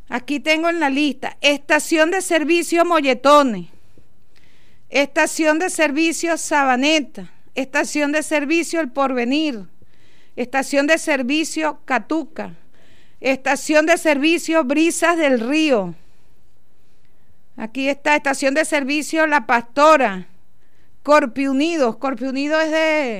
Aquí tengo en la lista: estación de servicio Molletones, estación de servicio Sabaneta, estación de servicio El Porvenir, estación de servicio Catuca, estación de servicio Brisas del Río. Aquí está estación de servicio La Pastora, Corpio Unido es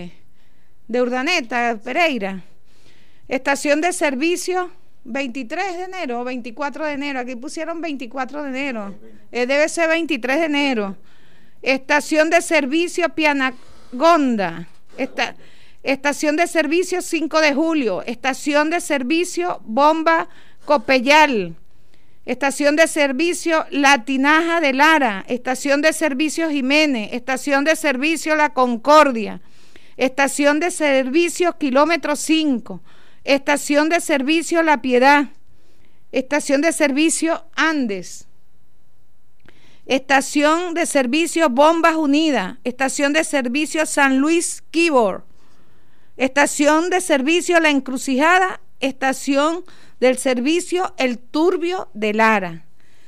de Urdaneta, Pereira. Estación de servicio 23 de enero o 24 de enero, aquí pusieron 24 de enero, debe ser 23 de enero. Estación de servicio Pianagonda, estación de servicio 5 de julio, estación de servicio Bomba Copeyal, estación de servicio La Tinaja de Lara, estación de servicio Jiménez, estación de servicio La Concordia, estación de servicio Kilómetro 5, estación de servicio La Piedad, estación de servicio Andes, estación de servicio Bombas Unidas, estación de servicio San Luis Quibor, estación de servicio La Encrucijada, estación del servicio El Turbio de Lara.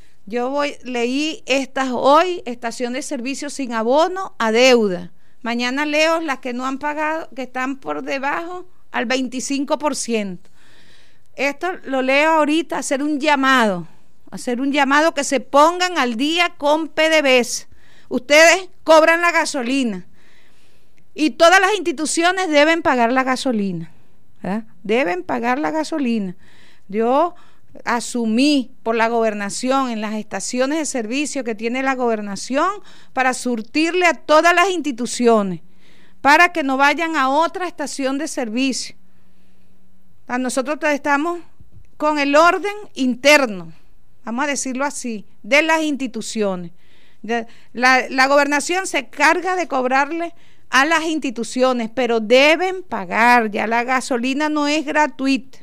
Leí estas hoy: estación de servicio sin abono a deuda. Mañana leo las que no han pagado, que están por debajo al 25%. Esto lo leo ahorita, hacer un llamado que se pongan al día con PDVSA. Ustedes cobran la gasolina y todas las instituciones deben pagar la gasolina, ¿verdad? Deben pagar la gasolina. Yo asumí por la gobernación en las estaciones de servicio que tiene la gobernación para surtirle a todas las instituciones, para que no vayan a otra estación de servicio. Nosotros estamos con el orden interno, vamos a decirlo así, de las instituciones. La gobernación se carga de cobrarle a las instituciones, pero deben pagar. Ya la gasolina no es gratuita.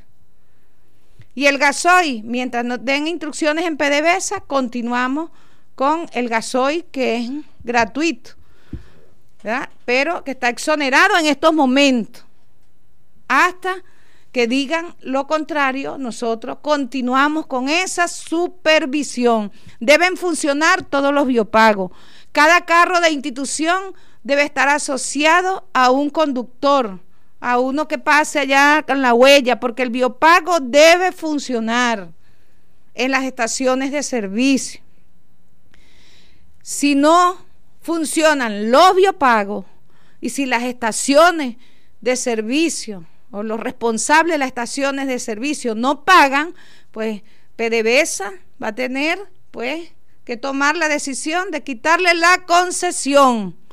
Y el gasoil, mientras nos den instrucciones en PDVSA, continuamos con el gasoil, que es gratuito, ¿verdad? Pero que está exonerado en estos momentos. Hasta que digan lo contrario, nosotros continuamos con esa supervisión. Deben funcionar todos los biopagos. Cada carro de institución debe estar asociado a un conductor, a uno que pase allá con la huella, porque el biopago debe funcionar en las estaciones de servicio. Si no funcionan los biopagos y si las estaciones de servicio o los responsables de las estaciones de servicio no pagan, pues PDVSA va a tener pues que tomar la decisión de quitarle la concesión